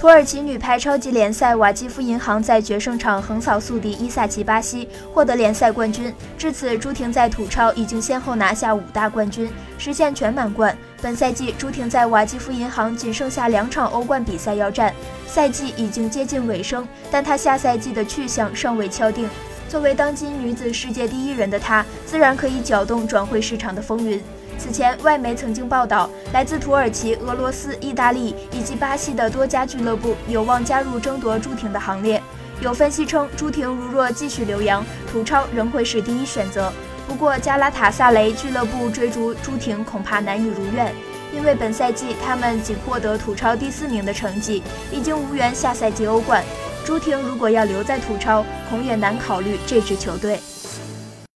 土耳其女排超级联赛瓦基夫银行在决胜场横扫宿敌伊萨奇巴西，获得联赛冠军。至此，朱婷在土超已经先后拿下5大冠军，实现全满贯。本赛季，朱婷在瓦基夫银行仅剩下2场欧冠比赛要战，赛季已经接近尾声，但她下赛季的去向尚未敲定。作为当今女子世界第1人的她，自然可以搅动转会市场的风云。此前，外媒曾经报道，来自土耳其、俄罗斯、意大利以及巴西的多家俱乐部有望加入争夺朱婷的行列。有分析称，朱婷如若继续留洋，土超仍会是第1选择。不过，加拉塔萨雷俱乐部追逐朱婷恐怕难以如愿，因为本赛季他们仅获得土超第4名的成绩，已经无缘下赛季欧冠。朱婷如果要留在土超，恐也难考虑这支球队。